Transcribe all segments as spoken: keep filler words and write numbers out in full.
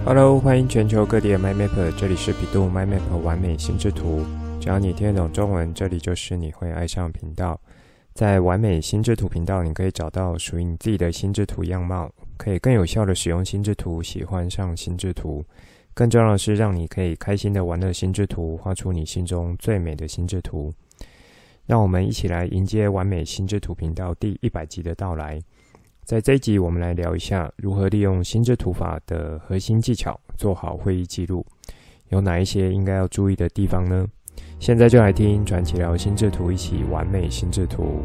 Hello， 欢迎全球各地的 MyMapper， 这里是比度 MyMapper 完美心智图。只要你听得懂中文，这里就是你会爱上频道。在完美心智图频道，你可以找到属于你自己的心智图样貌，可以更有效的使用心智图，喜欢上心智图。更重要的是，让你可以开心的玩乐心智图，画出你心中最美的心智图。让我们一起来迎接完美心智图频道第一百集的到来。在这一集，我们来聊一下如何利用心智图法的核心技巧，做好会议记录。有哪一些应该要注意的地方呢？现在就来听传奇聊心智图，一起完美心智图。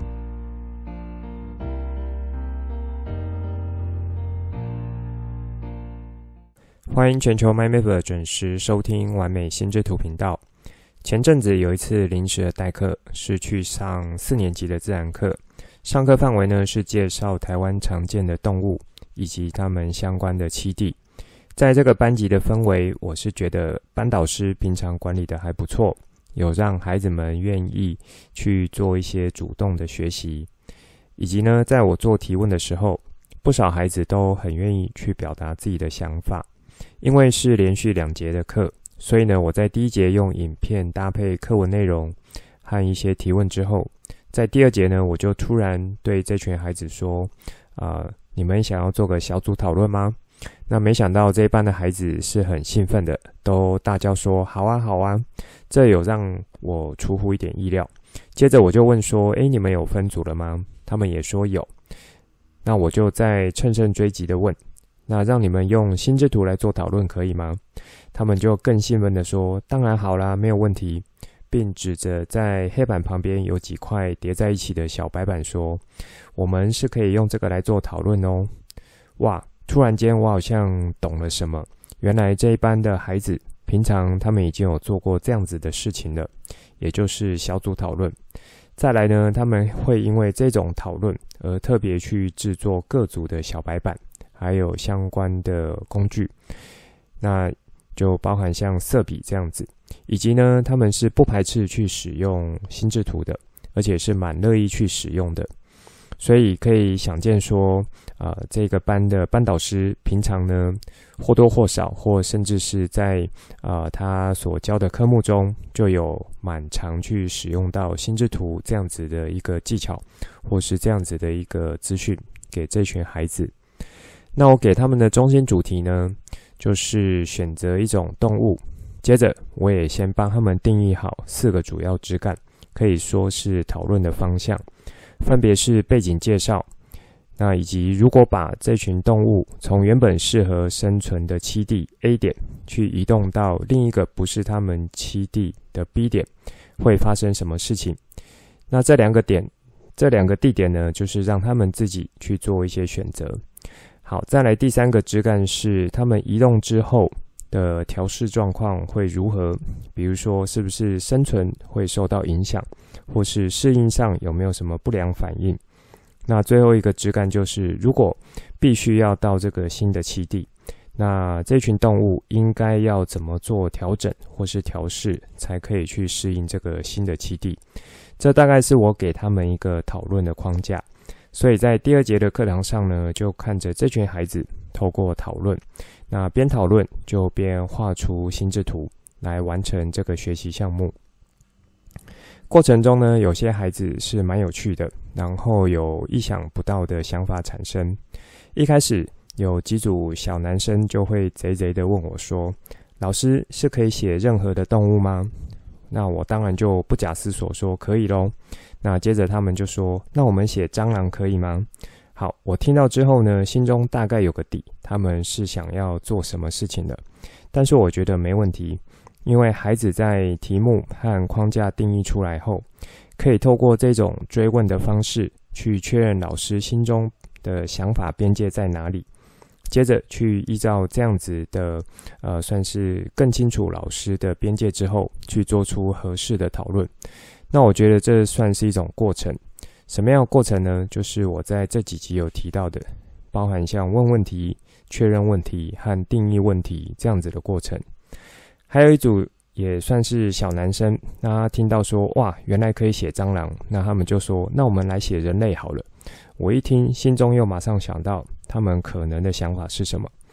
欢迎全球 MyMapper 准时收听完美心智图频道。前阵子有一次临时的代课，是去上四年级的自然课。上课范围呢是介绍台湾常见的动物以及它们相关的栖地。在这个班级的氛围，我是觉得班导师平常管理的还不错，有让孩子们愿意去做一些主动的学习，以及呢，在我做提问的时候，不少孩子都很愿意去表达自己的想法。因为是连续两节的课，所以呢，我在第一节用影片搭配课文内容和一些提问之后，在第二节呢，我就突然对这群孩子说，呃，你们想要做个小组讨论吗？那没想到这一班的孩子是很兴奋的，都大叫说好啊好啊，这有让我出乎一点意料。接着我就问说，诶，你们有分组了吗？他们也说有。那我就再乘胜追击的问，那让你们用心智图来做讨论可以吗？他们就更兴奋的说，当然好啦，没有问题，并指着在黑板旁边有几块叠在一起的小白板说，我们是可以用这个来做讨论哦。哇，突然间我好像懂了什么，原来这一班的孩子平常他们已经有做过这样子的事情了，也就是小组讨论。再来呢，他们会因为这种讨论而特别去制作各组的小白板，还有相关的工具，那就包含像色笔这样子，以及呢，他们是不排斥去使用心智图的，而且是蛮乐意去使用的。所以可以想见说，呃，这个班的班导师平常呢，或多或少，或甚至是在呃他所教的科目中，就有蛮常去使用到心智图这样子的一个技巧，或是这样子的一个资讯给这群孩子。那我给他们的中心主题呢，就是选择一种动物。接着我也先帮他们定义好四个主要枝干，可以说是讨论的方向，分别是背景介绍，那以及如果把这群动物从原本适合生存的栖地 A 点去移动到另一个不是他们栖地的 B 点，会发生什么事情。那这两个点这两个地点呢，就是让他们自己去做一些选择。好，再来第三个枝干是他们移动之后的调试状况会如何，比如说是不是生存会受到影响，或是适应上有没有什么不良反应。那最后一个枝干就是如果必须要到这个新的栖地，那这群动物应该要怎么做调整或是调试，才可以去适应这个新的栖地。这大概是我给他们一个讨论的框架。所以在第二节的课堂上呢，就看着这群孩子透过讨论，那边讨论就边画出心智图来完成这个学习项目。过程中呢，有些孩子是蛮有趣的，然后有意想不到的想法产生。一开始有几组小男生就会贼贼的问我说，老师是可以写任何的动物吗？那我当然就不假思索说可以咯。那接着他们就说，那我们写蟑螂可以吗？好，我听到之后呢，心中大概有个底，他们是想要做什么事情的。但是我觉得没问题，因为孩子在题目和框架定义出来后，可以透过这种追问的方式去确认老师心中的想法边界在哪里，接着去依照这样子的呃，算是更清楚老师的边界之后，去做出合适的讨论。那我觉得这算是一种过程。什么样的过程呢？就是我在这几集有提到的，包含像问问题、确认问题和定义问题这样子的过程。还有一组也算是小男生，那他听到说哇，原来可以写蟑螂，那他们就说，那我们来写人类好了。我一听，心中又马上想到他们可能的想法是什么。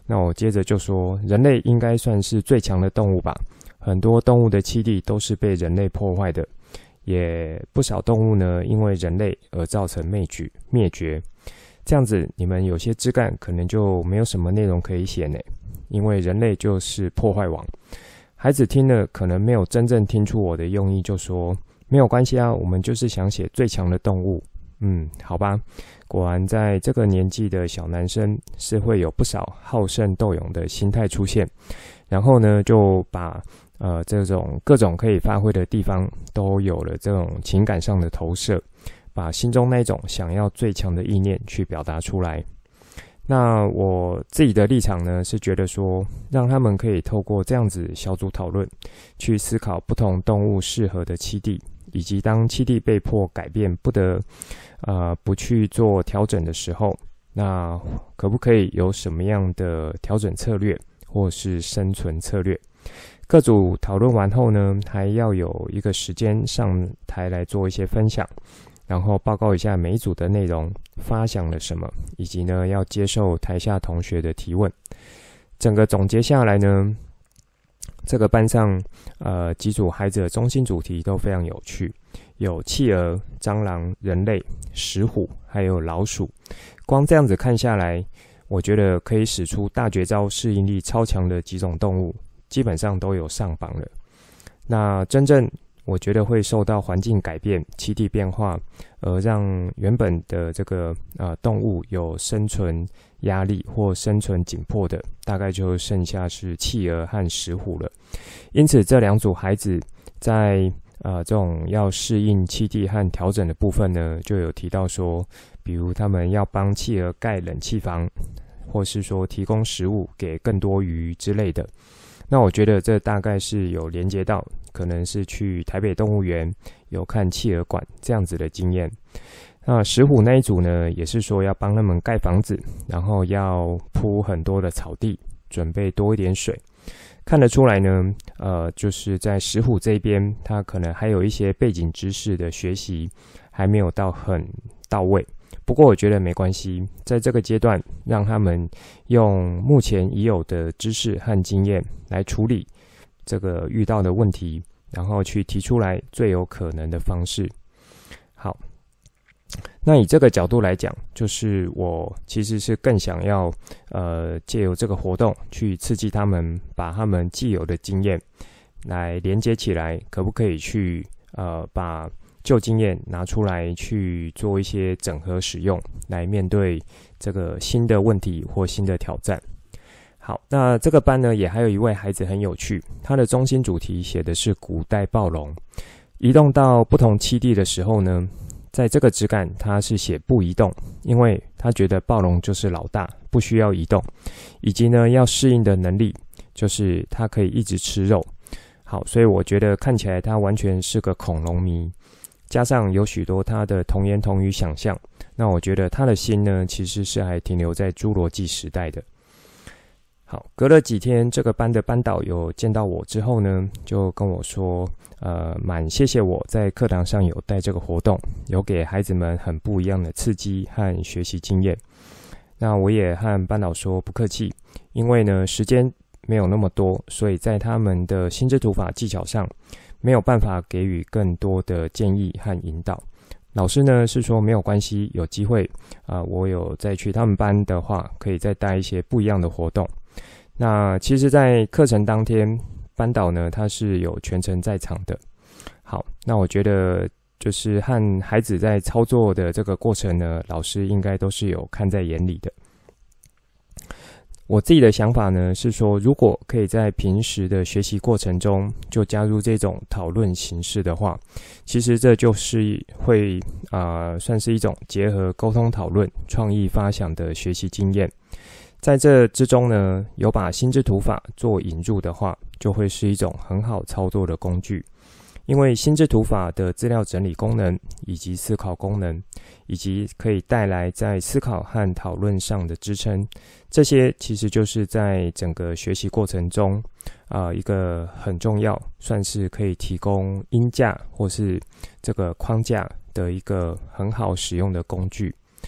那我接着就说，人类应该算是最强的动物吧，很多动物的栖地都是被人类破坏的，也不少动物呢因为人类而造成灭绝灭绝。这样子你们有些枝干可能就没有什么内容可以写呢，因为人类就是破坏王。孩子听了可能没有真正听出我的用意，就说没有关系啊，我们就是想写最强的动物。嗯，好吧，果然在这个年纪的小男生是会有不少好胜斗勇的心态出现，然后呢就把呃这种各种可以发挥的地方都有了这种情感上的投射，把心中那种想要最强的意念去表达出来。那我自己的立场呢，是觉得说，让他们可以透过这样子小组讨论，去思考不同动物适合的栖地，以及当栖地被迫改变，不得呃不去做调整的时候，那可不可以有什么样的调整策略，或是生存策略？各组讨论完后呢，还要有一个时间上台来做一些分享。然后报告一下每一组的内容，发想了什么，以及呢要接受台下同学的提问。整个总结下来呢，这个班上呃几组孩子的中心主题都非常有趣，有企鹅、蟑螂、人类、石虎，还有老鼠。光这样子看下来，我觉得可以使出大绝招、适应力超强的几种动物，基本上都有上榜了。那真正我觉得会受到环境改变、栖地变化，而让原本的这个呃动物有生存压力或生存紧迫的，大概就剩下是企鹅和石虎了。因此，这两组孩子在呃这种要适应栖地和调整的部分呢，就有提到说，比如他们要帮企鹅盖冷气房，或是说提供食物给更多鱼之类的。那我觉得这大概是有连接到，可能是去台北动物园有看企鹅馆这样子的经验。那石虎那一组呢，也是说要帮他们盖房子，然后要铺很多的草地，准备多一点水。看得出来呢，呃，就是在石虎这边，他可能还有一些背景知识的学习还没有到很到位。不过我觉得没关系，在这个阶段让他们用目前已有的知识和经验来处理这个遇到的问题，然后去提出来最有可能的方式。好，那以这个角度来讲，就是我其实是更想要呃借由这个活动去刺激他们，把他们既有的经验来连接起来，可不可以去呃把旧经验拿出来去做一些整合使用，来面对这个新的问题或新的挑战。好，那这个班呢，也还有一位孩子很有趣，他的中心主题写的是古代暴龙。移动到不同栖地的时候呢，在这个枝干他是写不移动，因为他觉得暴龙就是老大，不需要移动，以及呢要适应的能力，就是他可以一直吃肉。好，所以我觉得看起来他完全是个恐龙迷。加上有许多他的童言童语想象，那我觉得他的心呢，其实是还停留在侏罗纪时代的。好，隔了几天，这个班的班导有见到我之后呢，就跟我说，呃，蛮谢谢我在课堂上有带这个活动，有给孩子们很不一样的刺激和学习经验。那我也和班导说不客气，因为呢，时间没有那么多，所以在他们的心智图法技巧上，没有办法给予更多的建议和引导。老师呢是说没有关系，有机会啊、呃，我有再去他们班的话，可以再带一些不一样的活动。那其实在课程当天，班导呢他是有全程在场的。好，那我觉得就是和孩子在操作的这个过程呢，老师应该都是有看在眼里的。我自己的想法呢是说，如果可以在平时的学习过程中就加入这种讨论形式的话，其实这就是会啊、呃、算是一种结合沟通讨论、创意发想的学习经验。在这之中呢，有把心智图法做引入的话，就会是一种很好操作的工具。因为心智图法的资料整理功能，以及思考功能，以及可以带来在思考和讨论上的支撑，这些其实就是在整个学习过程中啊、呃、一个很重要，算是可以提供音架或是这个框架的一个很好使用的工具。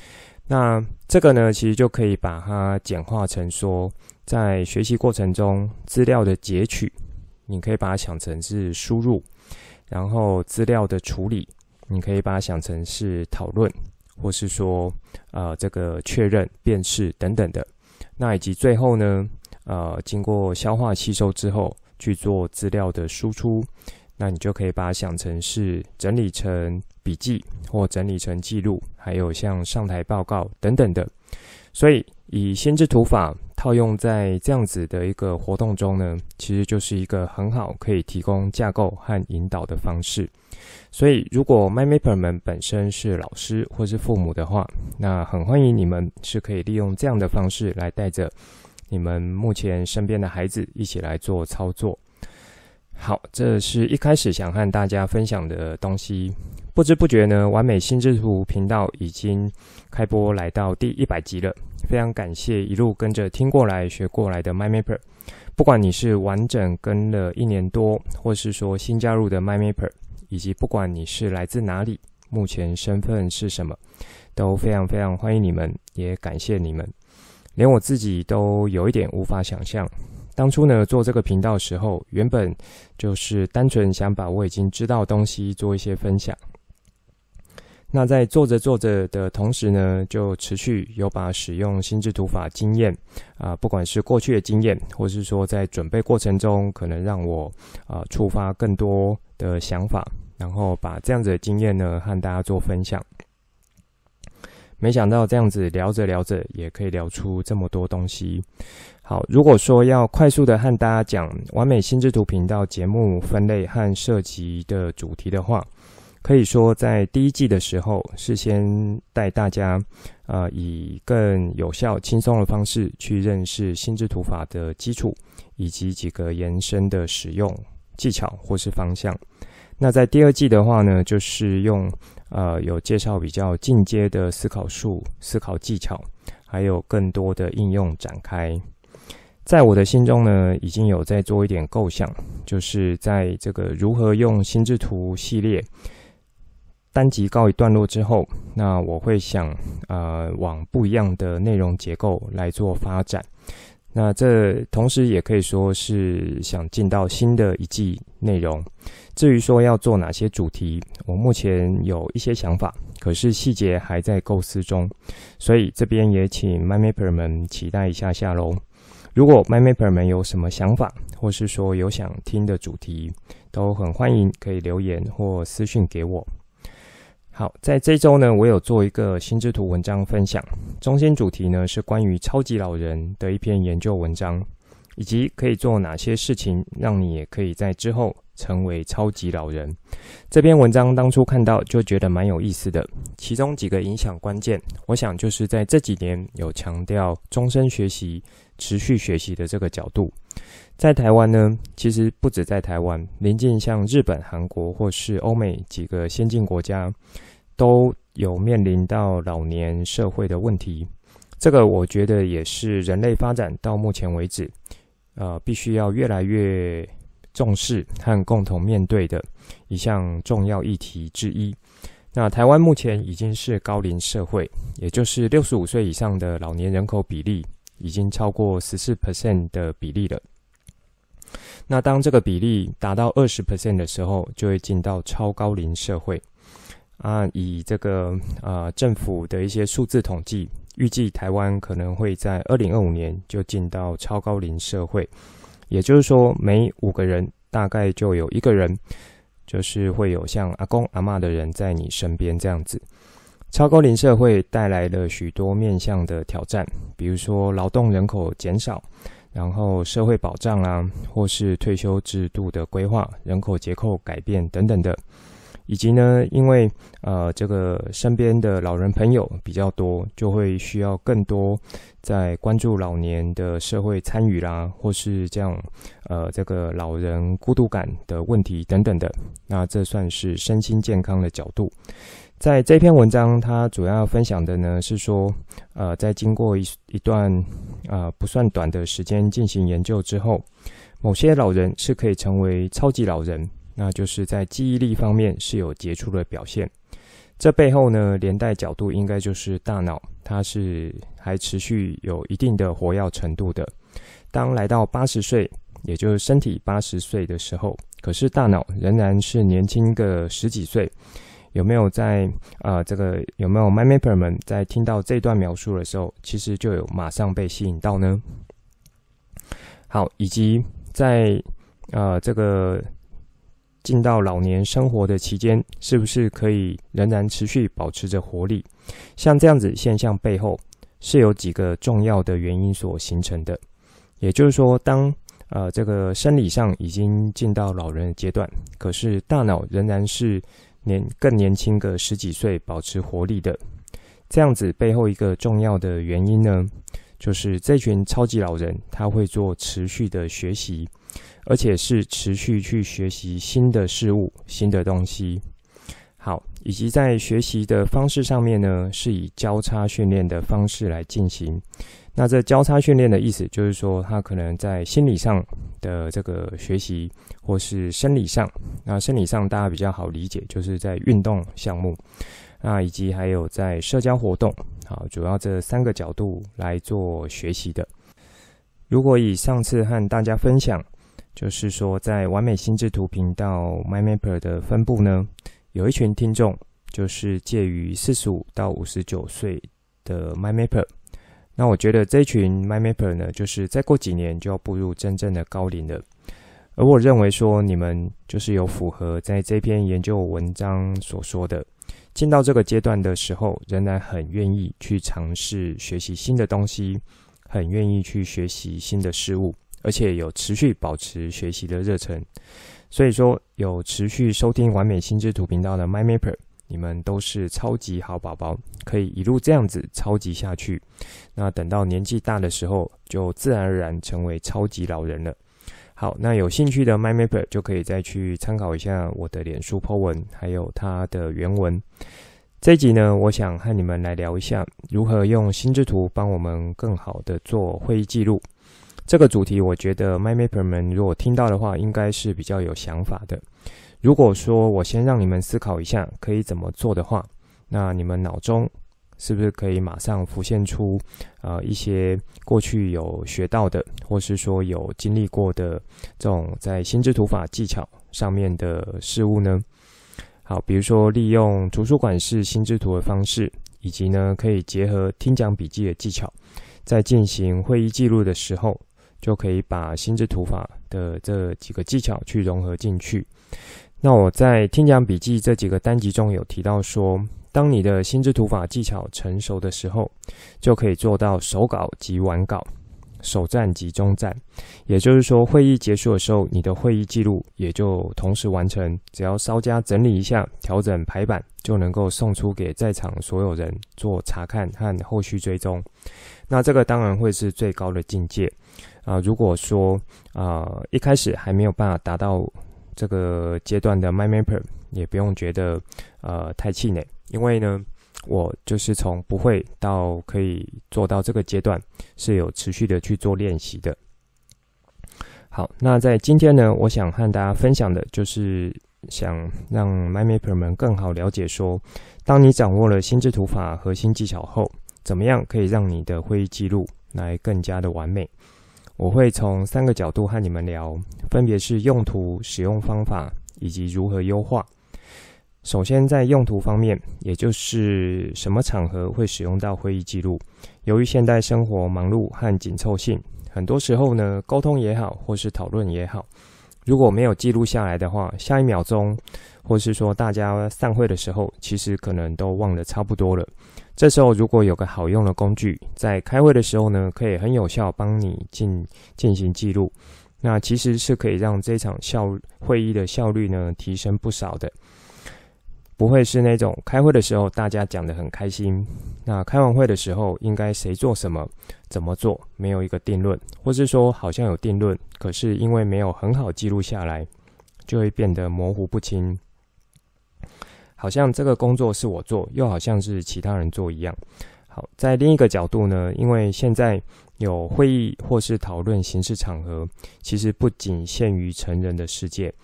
那这个呢，其实就可以把它简化成说，在学习过程中资料的截取，你可以把它想成是输入，然后资料的处理，你可以把它想成是讨论，或是说呃这个确认、辨识等等的。那以及最后呢，呃经过消化吸收之后去做资料的输出，那你就可以把它想成是整理成笔记或整理成记录，还有像上台报告等等的。所以以心智图法套用在这样子的一个活动中呢，其实就是一个很好可以提供架构和引导的方式。所以如果 MyMapper 们本身是老师或是父母的话，那很欢迎你们是可以利用这样的方式来带着你们目前身边的孩子一起来做操作。好，这是一开始想和大家分享的东西。不知不觉呢，完美心智图频道已经开播来到第一百集了。非常感谢一路跟着听过来学过来的 MyMapper， 不管你是完整跟了一年多，或是说新加入的 MyMapper， 以及不管你是来自哪里，目前身份是什么，都非常非常欢迎你们，也感谢你们。连我自己都有一点无法想象，当初呢做这个频道的时候，原本就是单纯想把我已经知道的东西做一些分享。那在做着做着的同时呢，就持续有把使用心智图法经验啊、呃，不管是过去的经验，或是说在准备过程中，可能让我啊、呃、触发更多的想法，然后把这样子的经验呢和大家做分享。没想到这样子聊着聊着，也可以聊出这么多东西。好，如果说要快速的和大家讲完美心智图频道节目分类和涉及的主题的话，可以说在第一季的时候是先带大家呃以更有效轻松的方式去认识心智图法的基础，以及几个延伸的使用技巧或是方向。那在第二季的话呢，就是用呃有介绍比较进阶的思考术、思考技巧，还有更多的应用展开。在我的心中呢，已经有在做一点构想，就是在这个如何用心智图系列单集告一段落之后，那我会想呃往不一样的内容结构来做发展。那这同时也可以说是想进到新的一季内容。至于说要做哪些主题，我目前有一些想法，可是细节还在构思中，所以这边也请 MyMapper 们期待一下下咯。如果 MyMapper 们有什么想法，或是说有想听的主题，都很欢迎可以留言或私讯给我。好，在这周呢，我有做一个心智图文章分享，中心主题呢是关于超级老人的一篇研究文章，以及可以做哪些事情让你也可以在之后成为超级老人。这篇文章当初看到就觉得蛮有意思的，其中几个影响关键，我想就是在这几年有强调终身学习、持续学习的这个角度。在台湾呢，其实不止在台湾，邻近像日本、韩国或是欧美几个先进国家，都有面临到老年社会的问题。这个我觉得也是人类发展到目前为止，呃，必须要越来越重视和共同面对的一项重要议题之一。那台湾目前已经是高龄社会，也就是六十五岁以上的老年人口比例已经超过 百分之十四 的比例了。那当这个比例达到 百分之二十 的时候，就会进到超高龄社会。啊，以这个呃政府的一些数字统计，预计台湾可能会在二零二五年就进到超高龄社会。也就是说，每五个人大概就有一个人，就是会有像阿公阿嬷的人在你身边这样子。超高龄社会带来了许多面向的挑战，比如说劳动人口减少，然后社会保障啊，或是退休制度的规划、人口结构改变等等的。以及呢，因为呃这个身边的老人朋友比较多，就会需要更多在关注老年的社会参与啦，或是这样呃这个老人孤独感的问题等等的。那这算是身心健康的角度。在这篇文章，它主要分享的呢是说，呃，在经过一一段呃不算短的时间进行研究之后，某些老人是可以成为超级老人。那就是在记忆力方面是有杰出的表现。 这背后呢，连带角度应该就是大脑，它是还持续有一定的活跃程度的。当来到八十岁，也就是身体八十岁的时候，可是大脑仍然是年轻个十几岁。有没有在呃这个有没有 MindMapper 们在听到这段描述的时候，其实就有马上被吸引到呢？好，以及在呃这个进到老年生活的期间，是不是可以仍然持续保持着活力？像这样子现象背后是有几个重要的原因所形成的。也就是说，当呃这个生理上已经进到老人的阶段，可是大脑仍然是年更年轻个十几岁，保持活力的。这样子背后一个重要的原因呢，就是这群超级老人他会做持续的学习，而且是持续去学习新的事物、新的东西。好，以及在学习的方式上面呢，是以交叉训练的方式来进行。那这交叉训练的意思就是说，他可能在心理上的这个学习，或是生理上。那生理上大家比较好理解，就是在运动项目，那以及还有在社交活动，好，主要这三个角度来做学习的。如果以上次和大家分享，就是说在完美心智图频道 MindMapper 的分布呢，有一群听众就是介于四十五到五十九岁的 MindMapper。那我觉得这群 MindMapper 呢，就是再过几年就要步入真正的高龄了。而我认为说，你们就是有符合在这篇研究文章所说的，进到这个阶段的时候，仍然很愿意去尝试学习新的东西，很愿意去学习新的事物，而且有持续保持学习的热忱。所以说，有持续收听完美心智图频道的 MindMapper， 你们都是超级好宝宝，可以一路这样子超级下去。那等到年纪大的时候，就自然而然成为超级老人了。好，那有兴趣的 MindMapper 就可以再去参考一下我的脸书 po 文，还有它的原文。这一集呢，我想和你们来聊一下如何用心智图帮我们更好的做会议记录。这个主题我觉得 MindMapper 们如果听到的话，应该是比较有想法的。如果说我先让你们思考一下可以怎么做的话，那你们脑中是不是可以马上浮现出呃一些过去有学到的，或是说有经历过的这种在心智图法技巧上面的事物呢？好，比如说利用图书馆式心智图的方式，以及呢可以结合听讲笔记的技巧，在进行会议记录的时候，就可以把心智图法的这几个技巧去融合进去。那我在听讲笔记这几个单集中有提到说，当你的心智图法技巧成熟的时候，就可以做到手稿及完稿，首战及终战。也就是说，会议结束的时候，你的会议记录也就同时完成，只要稍加整理一下，调整排版，就能够送出给在场所有人做查看和后续追踪。那这个当然会是最高的境界啊、呃！如果说啊、呃、一开始还没有办法达到这个阶段的 MindMapper， 也不用觉得呃太气馁，因为呢，我就是从不会到可以做到这个阶段，是有持续的去做练习的。好，那在今天呢，我想和大家分享的就是想让 MindMapper 们更好了解说，当你掌握了心智图法核心技巧后，怎么样可以让你的会议记录来更加的完美。我会从三个角度和你们聊，分别是用途、使用方法以及如何优化。首先在用途方面，也就是什么场合会使用到会议记录。由于现代生活忙碌和紧凑性，很多时候呢，沟通也好，或是讨论也好，如果没有记录下来的话，下一秒钟，或是说大家散会的时候，其实可能都忘得差不多了。这时候如果有个好用的工具，在开会的时候呢，可以很有效帮你进进行记录，那其实是可以让这场效会议的效率呢提升不少的。不会是那种开会的时候大家讲得很开心，那开完会的时候应该谁做什么怎么做没有一个定论，或是说好像有定论，可是因为没有很好记录下来，就会变得模糊不清，好像这个工作是我做，又好像是其他人做一样。好，在另一个角度呢，因为现在有会议或是讨论形式场合，其实不仅限于成人的世界，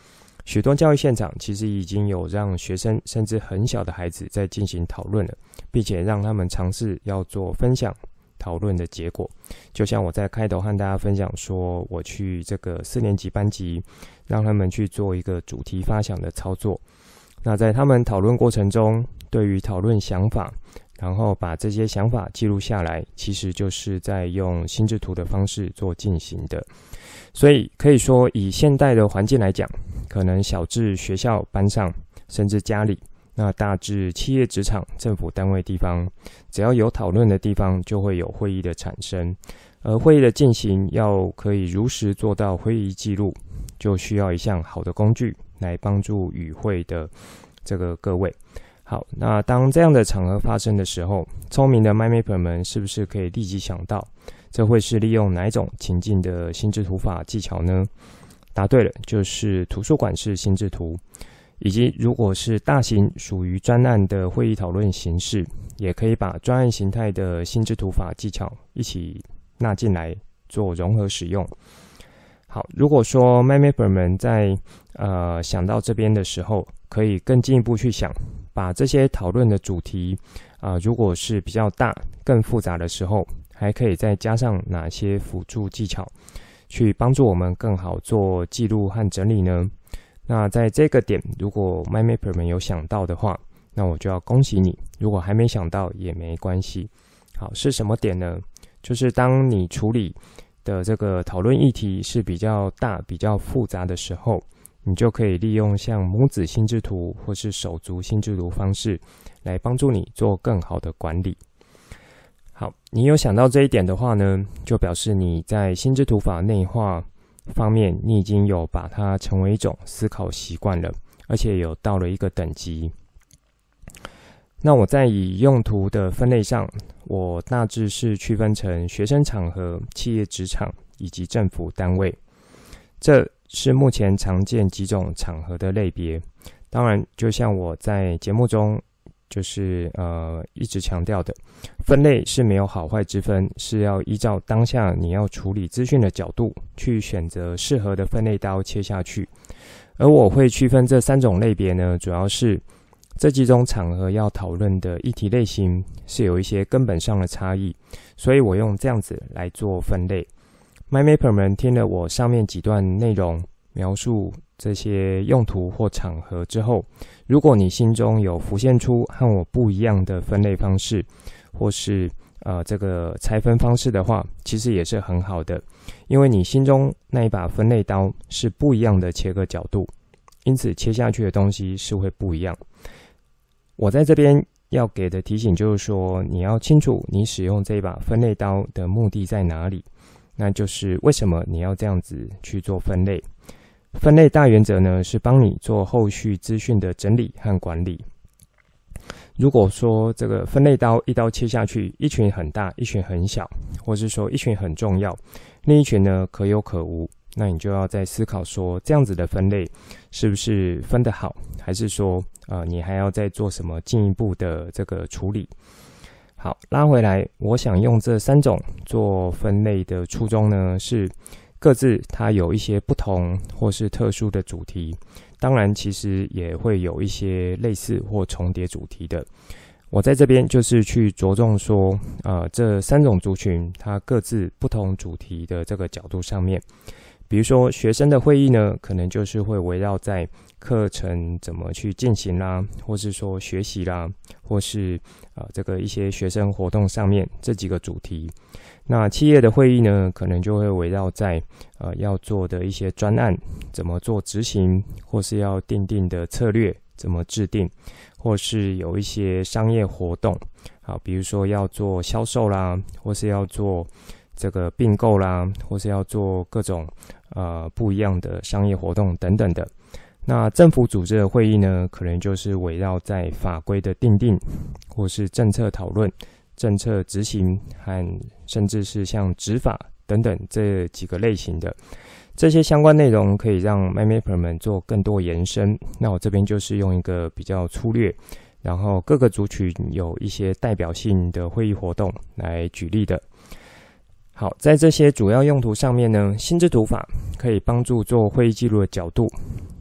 许多教育现场其实已经有让学生甚至很小的孩子在进行讨论了，并且让他们尝试要做分享讨论的结果。就像我在开头和大家分享说，我去这个四年级班级，让他们去做一个主题发想的操作。那在他们讨论过程中，对于讨论想法，然后把这些想法记录下来，其实就是在用心智图的方式做进行的。所以可以说，以现代的环境来讲，可能小至学校班上，甚至家里，那大至企业职场、政府单位地方，只要有讨论的地方，就会有会议的产生。而会议的进行要可以如实做到会议记录，就需要一项好的工具来帮助与会的这个各位。好，那当这样的场合发生的时候，聪明的 MindMapper 们是不是可以立即想到，这会是利用哪一种情境的心智图法技巧呢？答对了，就是图书馆式心智图。以及如果是大型属于专案的会议讨论形式，也可以把专案形态的心智图法技巧一起纳进来做融合使用。好，如果说 MindMapper 们在呃想到这边的时候，可以更进一步去想，把这些讨论的主题啊、呃，如果是比较大、更复杂的时候，还可以再加上哪些辅助技巧，去帮助我们更好做记录和整理呢？那在这个点，如果 MindMapper 们有想到的话，那我就要恭喜你；如果还没想到也没关系。好，是什么点呢？就是当你处理的这个讨论议题是比较大、比较复杂的时候，你就可以利用像母子心智图或是手足心智图方式，来帮助你做更好的管理。好，你有想到这一点的话呢，就表示你在心智图法内化方面，你已经有把它成为一种思考习惯了，而且有到了一个等级。那我在以用途的分类上，我大致是区分成学生场合、企业职场以及政府单位。这是目前常见几种场合的类别。当然，就像我在节目中就是呃一直强调的，分类是没有好坏之分，是要依照当下你要处理资讯的角度，去选择适合的分类刀切下去。而我会区分这三种类别呢，主要是这几种场合要讨论的议题类型是有一些根本上的差异，所以我用这样子来做分类。MindMapper 们听了我上面几段内容描述这些用途或场合之后，如果你心中有浮现出和我不一样的分类方式，或是呃这个拆分方式的话，其实也是很好的，因为你心中那一把分类刀是不一样的切割角度，因此切下去的东西是会不一样。我在这边要给的提醒就是说，你要清楚你使用这把分类刀的目的在哪里，那就是为什么你要这样子去做分类。分类大原则呢，是帮你做后续资讯的整理和管理。如果说这个分类刀一刀切下去，一群很大，一群很小，或是说一群很重要，另一群呢可有可无，那你就要在思考说，这样子的分类是不是分得好，还是说呃你还要再做什么进一步的这个处理。好，拉回来，我想用这三种做分类的初衷呢，是各自它有一些不同或是特殊的主题，当然其实也会有一些类似或重叠主题的。我在这边就是去着重说呃，这三种族群它各自不同主题的这个角度上面。比如说学生的会议呢，可能就是会围绕在课程怎么去进行啦，或是说学习啦，或是呃这个一些学生活动上面这几个主题。那企业的会议呢，可能就会围绕在呃要做的一些专案怎么做执行，或是要订定的策略怎么制定，或是有一些商业活动，好，比如说要做销售啦，或是要做这个并购啦，或是要做各种呃不一样的商业活动等等的。那政府组织的会议呢，可能就是围绕在法规的订定，或是政策讨论、政策执行和甚至是像执法等等这几个类型的。这些相关内容可以让 MindMapper 们做更多延伸。那我这边就是用一个比较粗略，然后各个族群有一些代表性的会议活动来举例的。好，在这些主要用途上面呢，心智图法可以帮助做会议记录的角度，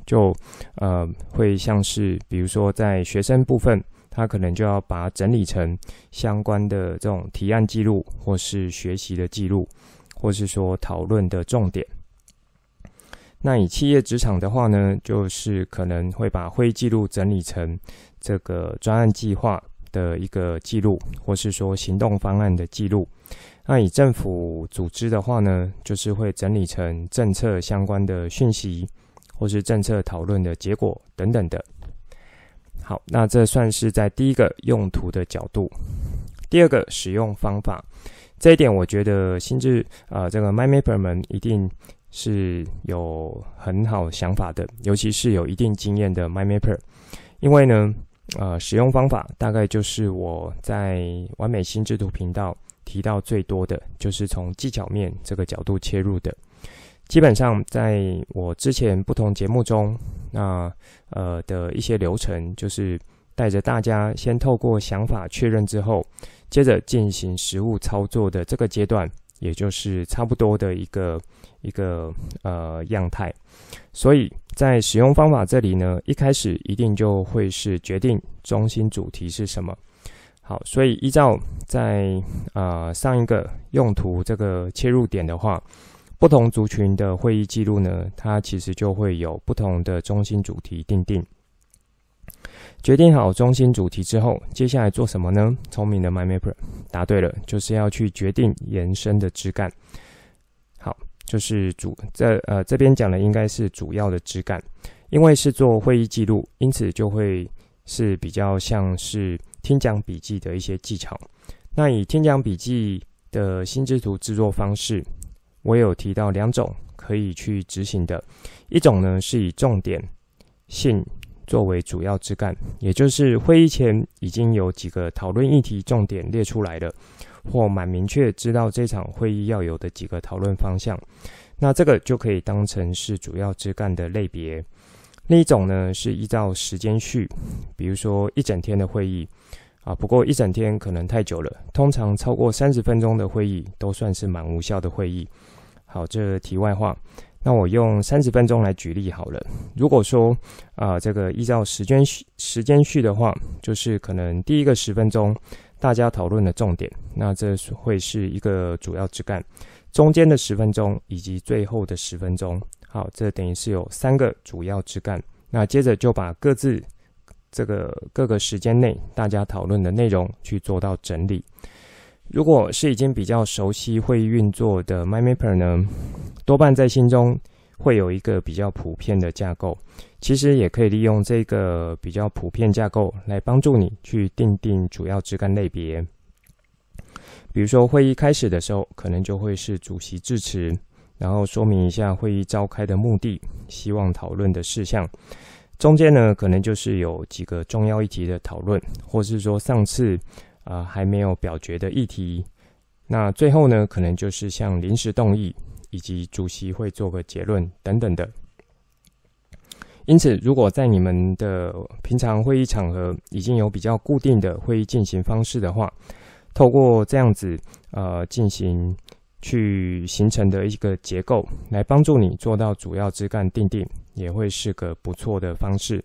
就呃会像是比如说在学生部分，他可能就要把它整理成相关的这种提案记录，或是学习的记录，或是说讨论的重点。那以企业职场的话呢，就是可能会把会议记录整理成这个专案计划的一个记录，或是说行动方案的记录。那以政府组织的话呢，就是会整理成政策相关的讯息，或是政策讨论的结果等等的。好，那这算是在第一个用途的角度。第二个使用方法，这一点我觉得心智呃这个 MindMapper 们一定是有很好想法的，尤其是有一定经验的 MindMapper， 因为呢呃使用方法大概就是我在完美心智图频道提到最多的，就是从技巧面这个角度切入的。基本上在我之前不同节目中，那呃的一些流程，就是带着大家先透过想法确认之后，接着进行实务操作的这个阶段，也就是差不多的一个一个呃样态。所以在使用方法这里呢，一开始一定就会是决定中心主题是什么。好，所以依照在呃上一个用途这个切入点的话，不同族群的会议记录呢，它其实就会有不同的中心主题定定。决定好中心主题之后，接下来做什么呢？聪明的 MindMapper 答对了，就是要去决定延伸的枝干。好，就是主这呃这边讲的应该是主要的枝干，因为是做会议记录，因此就会是比较像是听讲笔记的一些技巧。那以听讲笔记的心智图制作方式，我也有提到两种可以去执行的，一种呢是以重点性作为主要枝干，也就是会议前已经有几个讨论议题重点列出来了，或蛮明确知道这场会议要有的几个讨论方向，那这个就可以当成是主要枝干的类别。另一种呢是依照时间序，比如说一整天的会议啊，不过一整天可能太久了，通常超过三十分钟的会议都算是蛮无效的会议。好，这题外话，那我用三十分钟来举例好了。如果说啊、呃，这个依照时间序时间序的话，就是可能第一个十分钟大家讨论的重点，那这会是一个主要枝干，中间的十分钟以及最后的十分钟，好，这等于是有三个主要枝干。那接着就把各自这个各个时间内大家讨论的内容去做到整理。如果是已经比较熟悉会议运作的 MindMapper 呢，多半在心中会有一个比较普遍的架构，其实也可以利用这个比较普遍架构来帮助你去定定主要枝干类别。比如说会议开始的时候，可能就会是主席致辞，然后说明一下会议召开的目的，希望讨论的事项。中间呢，可能就是有几个重要议题的讨论，或是说上次啊、呃、还没有表决的议题。那最后呢，可能就是像临时动议，以及主席会做个结论等等的。因此，如果在你们的平常会议场合已经有比较固定的会议进行方式的话，透过这样子呃进行去形成的一个结构，来帮助你做到主要枝干定定，也会是个不错的方式。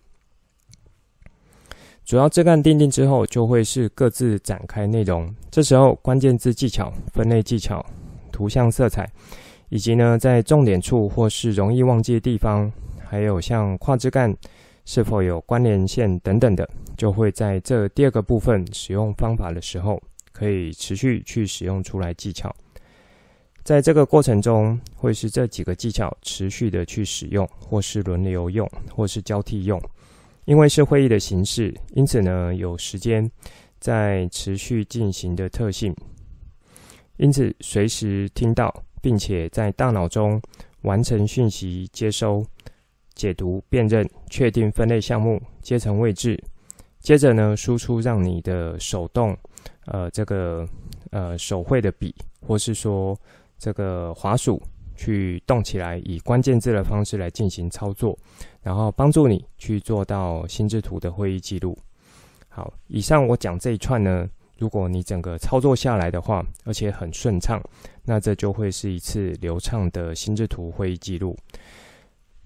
主要枝干定定之后，就会是各自展开内容。这时候关键字技巧、分类技巧、图像色彩，以及呢在重点处或是容易忘记的地方，还有像跨枝干是否有关联线等等的，就会在这第二个部分使用方法的时候，可以持续去使用出来技巧。在这个过程中，会是这几个技巧持续的去使用，或是轮流用，或是交替用。因为是会议的形式，因此呢有时间在持续进行的特性，因此随时听到，并且在大脑中完成讯息接收、解读、辨认、确定分类项目、阶层位置，接着呢输出，让你的手动呃这个呃手绘的笔，或是说这个滑鼠去动起来，以关键字的方式来进行操作，然后帮助你去做到心智图的会议记录。好，以上我讲这一串呢，如果你整个操作下来的话，而且很顺畅，那这就会是一次流畅的心智图会议记录。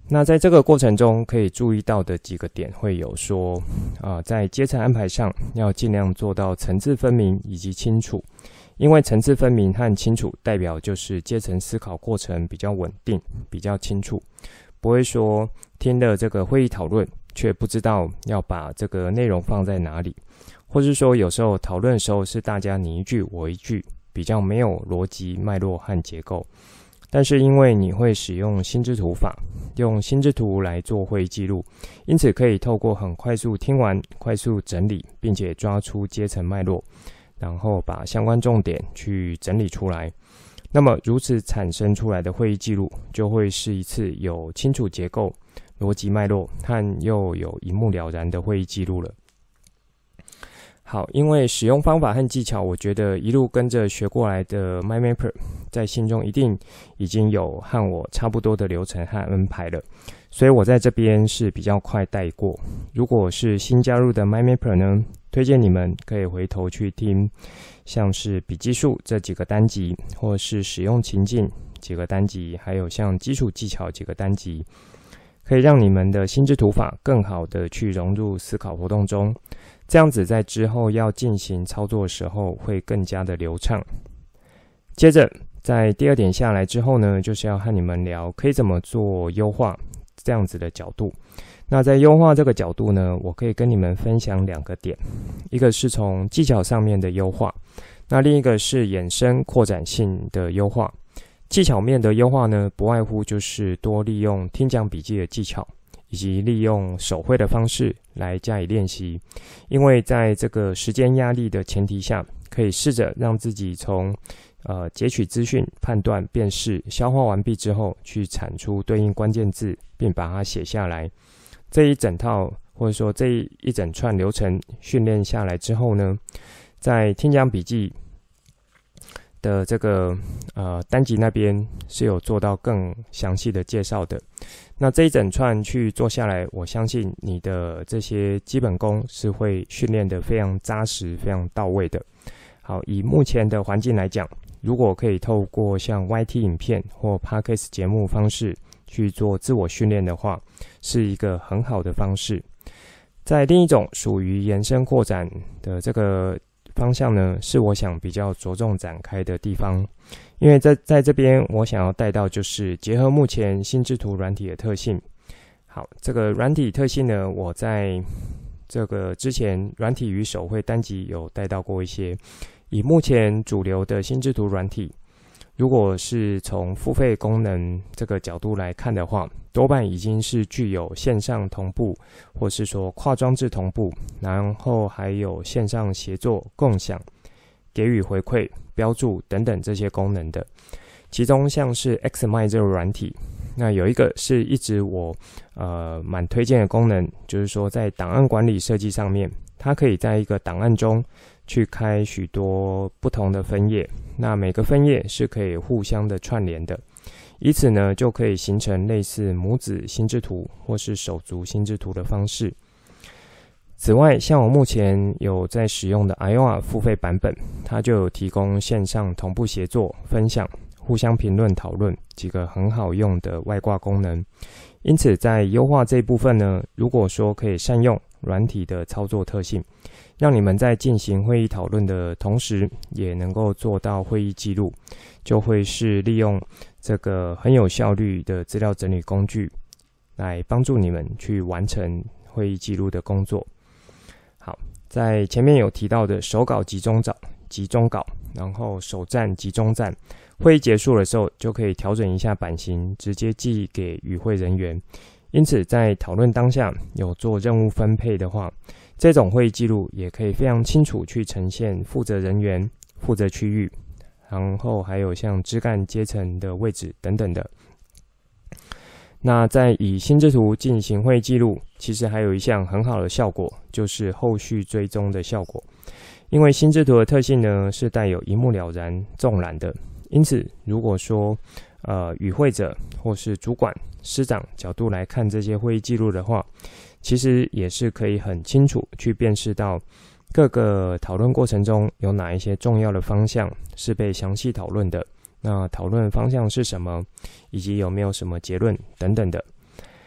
那在这个过程中可以注意到的几个点会有说，呃，在阶层安排上要尽量做到层次分明以及清楚，因为层次分明和清楚代表就是阶层思考过程比较稳定，比较清楚，不会说听了这个会议讨论却不知道要把这个内容放在哪里，或是说有时候讨论的时候是大家你一句我一句，比较没有逻辑脉络和结构。但是因为你会使用心智图法，用心智图来做会议记录，因此可以透过很快速听完，快速整理，并且抓出阶层脉络，然后把相关重点去整理出来。那么如此产生出来的会议记录，就会是一次有清楚结构、逻辑脉络和又有一目了然的会议记录了。好，因为使用方法和技巧，我觉得一路跟着学过来的 MindMapper 在心中一定已经有和我差不多的流程和安排了，所以我在这边是比较快带过。如果是新加入的 MindMapper 呢，推荐你们可以回头去听像是笔记术这几个单集，或是使用情境几个单集，还有像基础技巧几个单集，可以让你们的心智图法更好的去融入思考活动中，这样子在之后要进行操作的时候会更加的流畅。接着在第二点下来之后呢，就是要和你们聊可以怎么做优化这样子的角度。那在优化这个角度呢，我可以跟你们分享两个点，一个是从技巧上面的优化，那另一个是衍生扩展性的优化。技巧面的优化呢，不外乎就是多利用听讲笔记的技巧，以及利用手绘的方式来加以练习。因为在这个时间压力的前提下，可以试着让自己从呃截取资讯、判断、辨识、消化完毕之后，去产出对应关键字，并把它写下来。这一整套或者说这一一整串流程训练下来之后呢，在听讲笔记的这个呃单集那边是有做到更详细的介绍的。那这一整串去做下来，我相信你的这些基本功是会训练得非常扎实、非常到位的。好，以目前的环境来讲，如果可以透过像 Y T 影片或 Podcast 节目方式去做自我训练的话，是一个很好的方式。在另一种属于延伸扩展的这个方向呢，是我想比较着重展开的地方。因为在在这边我想要带到就是结合目前心智图软体的特性。好，这个软体特性呢，我在这个之前软体与手绘单集有带到过一些。以目前主流的心智图软体，如果是从付费功能这个角度来看的话，多半已经是具有线上同步，或是说跨装置同步，然后还有线上协作、共享、给予回馈、标注等等这些功能的。其中像是 Xmind 这个软体，那有一个是一直我呃蛮推荐的功能，就是说在档案管理设计上面，它可以在一个档案中去开许多不同的分页，那每个分页是可以互相的串联的，以此呢就可以形成类似母子心智图或是手足心智图的方式。此外，像我目前有在使用的 I O A 付费版本，它就有提供线上同步协作、分享、互相评论讨论几个很好用的外挂功能。因此在优化这一部分呢，如果说可以善用软体的操作特性，让你们在进行会议讨论的同时也能够做到会议记录，就会是利用这个很有效率的资料整理工具来帮助你们去完成会议记录的工作。好，在前面有提到的手稿集中找集中稿，然后首站集中站，会议结束的时候就可以调整一下版型，直接寄给与会人员。因此在讨论当下有做任务分配的话，这种会议记录也可以非常清楚去呈现负责人员、负责区域，然后还有像枝干阶层的位置等等的。那在以心智图进行会议记录，其实还有一项很好的效果，就是后续追踪的效果。因为心智图的特性呢，是带有一目了然、纵览的，因此如果说呃与会者或是主管、师长角度来看这些会议记录的话，其实也是可以很清楚去辨识到各个讨论过程中有哪一些重要的方向是被详细讨论的，那讨论方向是什么，以及有没有什么结论等等的。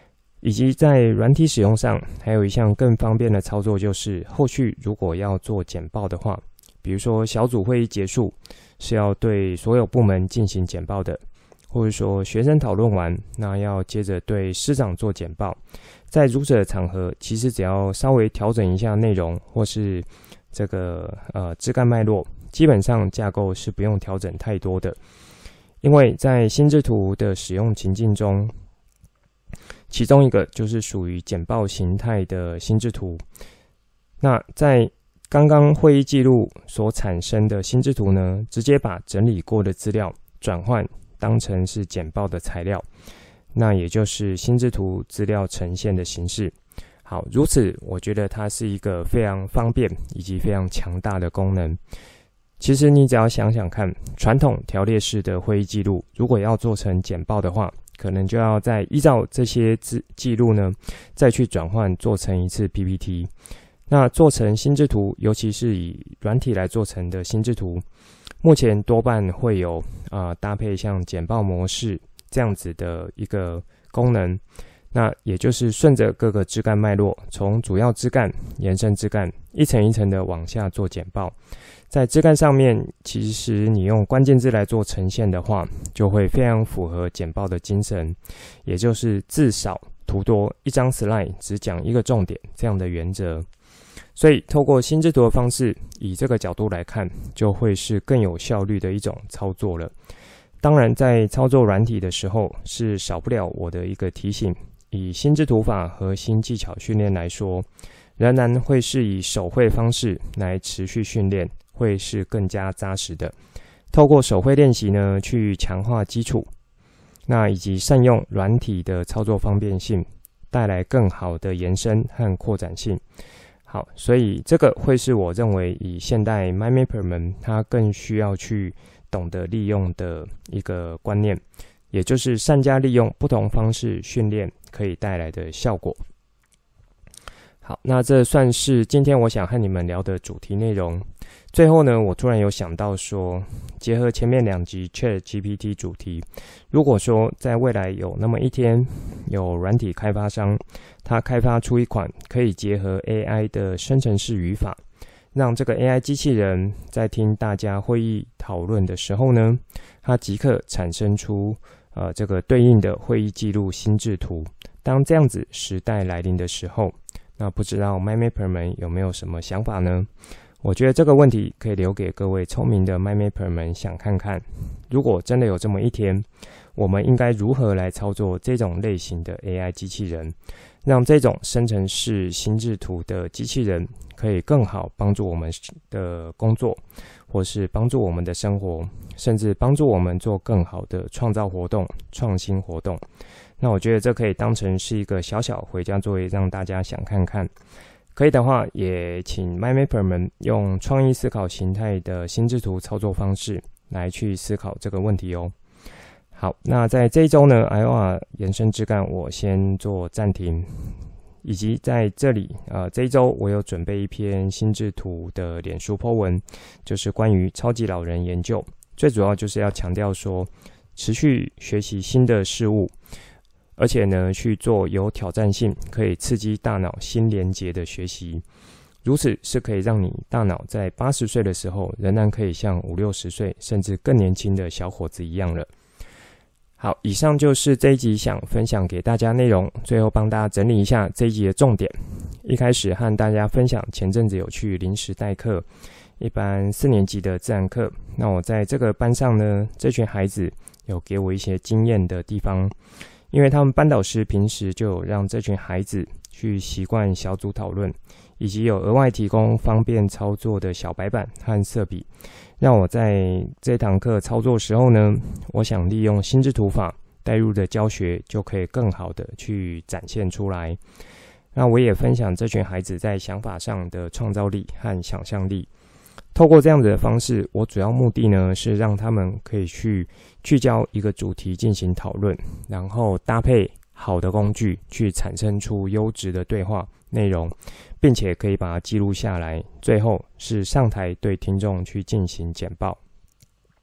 以及在软体使用上，还有一项更方便的操作，就是后续如果要做简报的话，比如说小组会议结束是要对所有部门进行简报的，或者说学生讨论完，那要接着对师长做简报。在如此的场合，其实只要稍微调整一下内容，或是这个呃枝干脉络，基本上架构是不用调整太多的。因为在心智图的使用情境中，其中一个就是属于简报形态的心智图。那在刚刚会议记录所产生的心智图呢，直接把整理过的资料转换当成是简报的材料，那也就是心智图资料呈现的形式。好，如此我觉得它是一个非常方便以及非常强大的功能。其实你只要想想看，传统条列式的会议记录如果要做成简报的话，可能就要再依照这些记录呢，再去转换做成一次 P P T。那做成心智图，尤其是以软体来做成的心智图，目前多半会有啊、呃、搭配像简报模式这样子的一个功能。那也就是顺着各个枝干脉络，从主要枝干、延伸枝干，一层一层的往下做简报。在枝干上面，其实你用关键字来做呈现的话，就会非常符合简报的精神，也就是字少图多，一张 slide 只讲一个重点这样的原则。所以透过心智图的方式，以这个角度来看，就会是更有效率的一种操作了。当然在操作软体的时候，是少不了我的一个提醒，以心智图法和新技巧训练来说，仍然会是以手绘方式来持续训练，会是更加扎实的。透过手绘练习呢，去强化基础，那以及善用软体的操作方便性，带来更好的延伸和扩展性。好，所以这个会是我认为以现代 MindMapper 们他更需要去懂得利用的一个观念，也就是善加利用不同方式训练可以带来的效果。好，那这算是今天我想和你们聊的主题内容。最后呢，我突然有想到说，结合前面两集 ChatGPT 主题，如果说在未来有那么一天，有软体开发商，他开发出一款可以结合 A I 的生成式语法，让这个 A I 机器人在听大家会议讨论的时候呢，它即刻产生出呃这个对应的会议记录心智图。当这样子时代来临的时候，那不知道 MindMapper 们有没有什么想法呢？我觉得这个问题可以留给各位聪明的 MindMapper 们想看看，如果真的有这么一天，我们应该如何来操作这种类型的 A I 机器人，让这种生成式心智图的机器人可以更好帮助我们的工作，或是帮助我们的生活，甚至帮助我们做更好的创造活动、创新活动。那我觉得这可以当成是一个小小回家作业，让大家想看看。可以的话，也请 MindMapper 们用创意思考形态的心智图操作方式来去思考这个问题哦。好，那在这一周呢 I O R 延伸枝干我先做暂停，以及在这里呃这一周我有准备一篇心智图的脸书 po 文，就是关于超级老人研究，最主要就是要强调说持续学习新的事物，而且呢去做有挑战性可以刺激大脑新连结的学习，如此是可以让你大脑在八十岁的时候仍然可以像五六十岁甚至更年轻的小伙子一样了。好，以上就是这一集想分享给大家内容，最后帮大家整理一下这一集的重点。一开始和大家分享前阵子有去临时代课一般四年级的自然课，那我在这个班上呢，这群孩子有给我一些惊艳的地方，因为他们班导师平时就有让这群孩子去习惯小组讨论，以及有额外提供方便操作的小白板和色笔，让我在这堂课操作的时候呢，我想利用心智图法带入的教学就可以更好的去展现出来。那我也分享这群孩子在想法上的创造力和想象力。透过这样子的方式，我主要目的呢是让他们可以去聚焦一个主题进行讨论，然后搭配好的工具去产生出优质的对话内容，并且可以把它记录下来，最后是上台对听众去进行简报。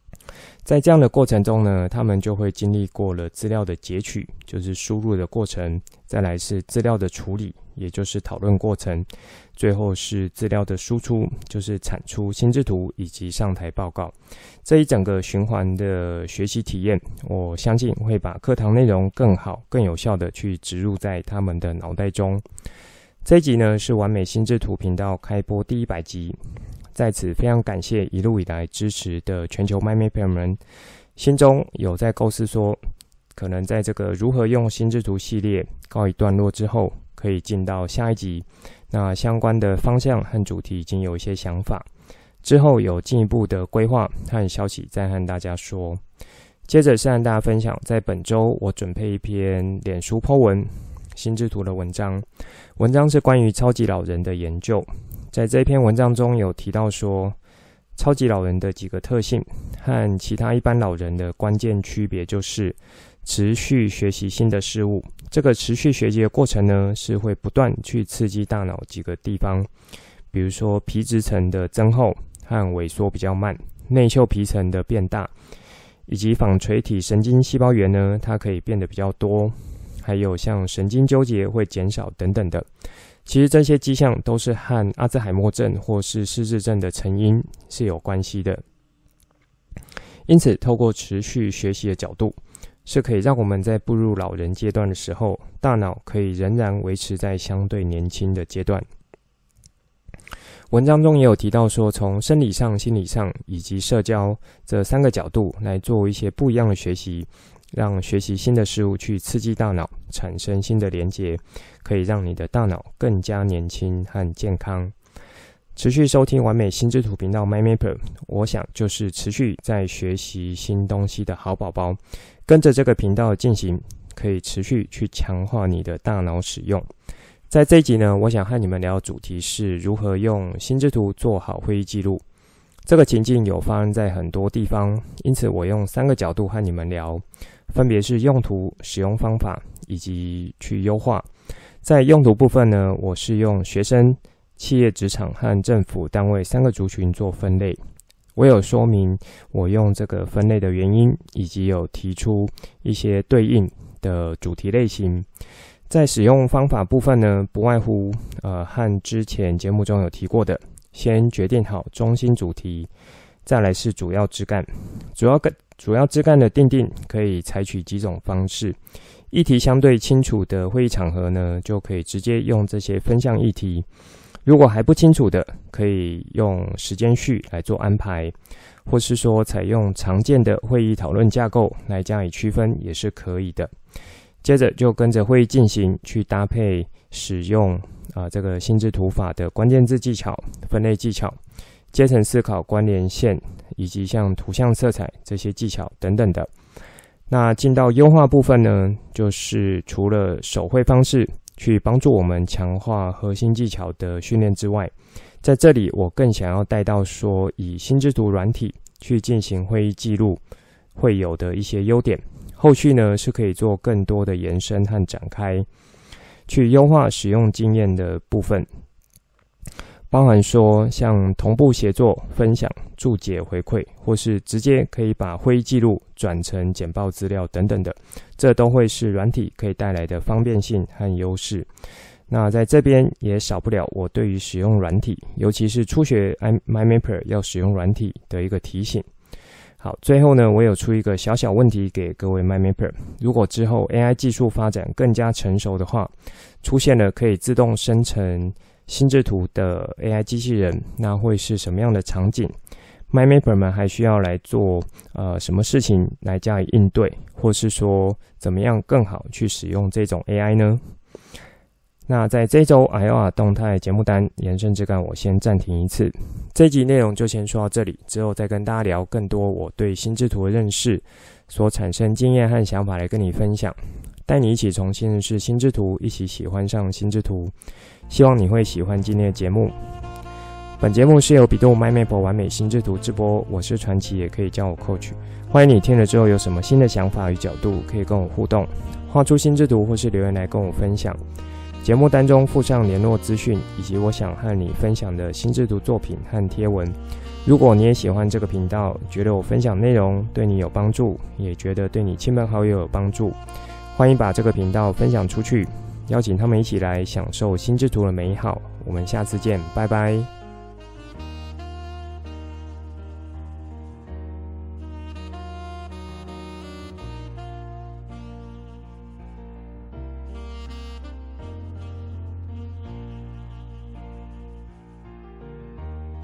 在这样的过程中呢，他们就会经历过了资料的截取，就是输入的过程，再来是资料的处理，也就是讨论过程，最后是资料的输出，就是产出心智图以及上台报告。这一整个循环的学习体验，我相信会把课堂内容更好、更有效的去植入在他们的脑袋中。这一集呢是完美心智图频道开播第一百集。在此非常感谢一路以来支持的全球 MindMapper 们，心中有在构思说，可能在这个如何用心智图系列告一段落之后，可以进到下一集。那相关的方向和主题已经有一些想法，之后有进一步的规划和消息再和大家说。接着是和大家分享，在本周我准备一篇脸书 po 文心智图的文章，文章是关于超级老人的研究。在这篇文章中有提到说，超级老人的几个特性和其他一般老人的关键区别就是持续学习新的事物。这个持续学习的过程呢，是会不断去刺激大脑几个地方，比如说皮质层的增厚和萎缩比较慢，内嗅皮层的变大，以及纺锤体神经细胞源呢，它可以变得比较多，还有像神经纠结会减少等等的。其实这些迹象都是和阿兹海默症或是失智症的成因是有关系的。因此，透过持续学习的角度，是可以让我们在步入老人阶段的时候，大脑可以仍然维持在相对年轻的阶段。文章中也有提到说，从生理上、心理上以及社交这三个角度来做一些不一样的学习，让学习新的事物去刺激大脑，产生新的连结，可以让你的大脑更加年轻和健康。持续收听完美心智图频道 MindMapper， 我想就是持续在学习新东西的好宝宝。跟着这个频道进行，可以持续去强化你的大脑使用。在这一集呢，我想和你们聊的主题是如何用心智图做好会议记录。这个情境有发生在很多地方，因此我用三个角度和你们聊，分别是用途、使用方法以及去优化。在用途部分呢，我是用学生、企业职场和政府单位三个族群做分类。我有说明我用这个分类的原因，以及有提出一些对应的主题类型。在使用方法部分呢，不外乎呃和之前节目中有提过的，先决定好中心主题，再来是主要枝干。主要主要枝干的定定可以采取几种方式。议题相对清楚的会议场合呢，就可以直接用这些分项议题。如果还不清楚的，可以用时间序来做安排，或是说采用常见的会议讨论架构来加以区分也是可以的。接着就跟着会议进行，去搭配使用啊、呃、这个心智图法的关键字技巧、分类技巧、阶层思考、关联线，以及像图像色彩这些技巧等等的。那进到优化部分呢，就是除了手绘方式去帮助我们强化核心技巧的训练之外，在这里我更想要带到说，以心智图软体去进行会议记录会有的一些优点。后续呢是可以做更多的延伸和展开，去优化使用经验的部分，包含说像同步协作、分享、注解、回馈，或是直接可以把会议记录转成简报资料等等的，这都会是软体可以带来的方便性和优势。那在这边也少不了我对于使用软体，尤其是初学 MindMapper 要使用软体的一个提醒。好，最后呢，我有出一个小小问题给各位 MindMapper， 如果之后 A I 技术发展更加成熟的话，出现了可以自动生成心智图的 A I 机器人，那会是什么样的场景？ MindMapper 们还需要来做呃什么事情来加以应对，或是说怎么样更好去使用这种 A I 呢？那在这周 I O R 动态节目单延伸枝干，我先暂停一次。这一集内容就先说到这里，之后再跟大家聊更多我对心智图的认识所产生经验和想法来跟你分享，带你一起重新认识心智图，一起喜欢上心智图。希望你会喜欢今天的节目。本节目是由比度 MindMapper 完美心智图直播，我是传奇，也可以叫我 Coach。欢迎你听了之后有什么新的想法与角度，可以跟我互动，画出心智图或是留言来跟我分享。节目单中附上联络资讯，以及我想和你分享的心智图作品和贴文。 如果你也喜欢这个频道，觉得我分享内容对你有帮助，也觉得对你亲朋好友有帮助，欢迎把这个频道分享出去，邀请他们一起来享受心智图的美好。我们下次见，拜拜。